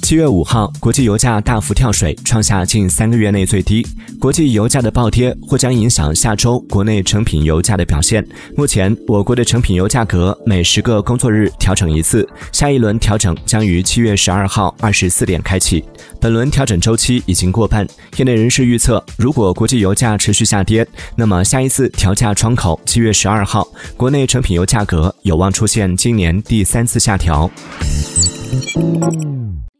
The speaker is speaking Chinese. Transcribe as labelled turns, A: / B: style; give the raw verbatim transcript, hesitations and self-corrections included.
A: 七月五号，国际油价大幅跳水，创下近三个月内最低。国际油价的暴跌或将影响下周国内成品油价的表现。目前，我国的成品油价格每十个工作日调整一次，下一轮调整将于七月十二号二十四点开启。本轮调整周期已经过半，业内人士预测，如果国际油价持续下跌，那么下一次调价窗口七月十二号，国内成品油价格有望出现今年第三次下调。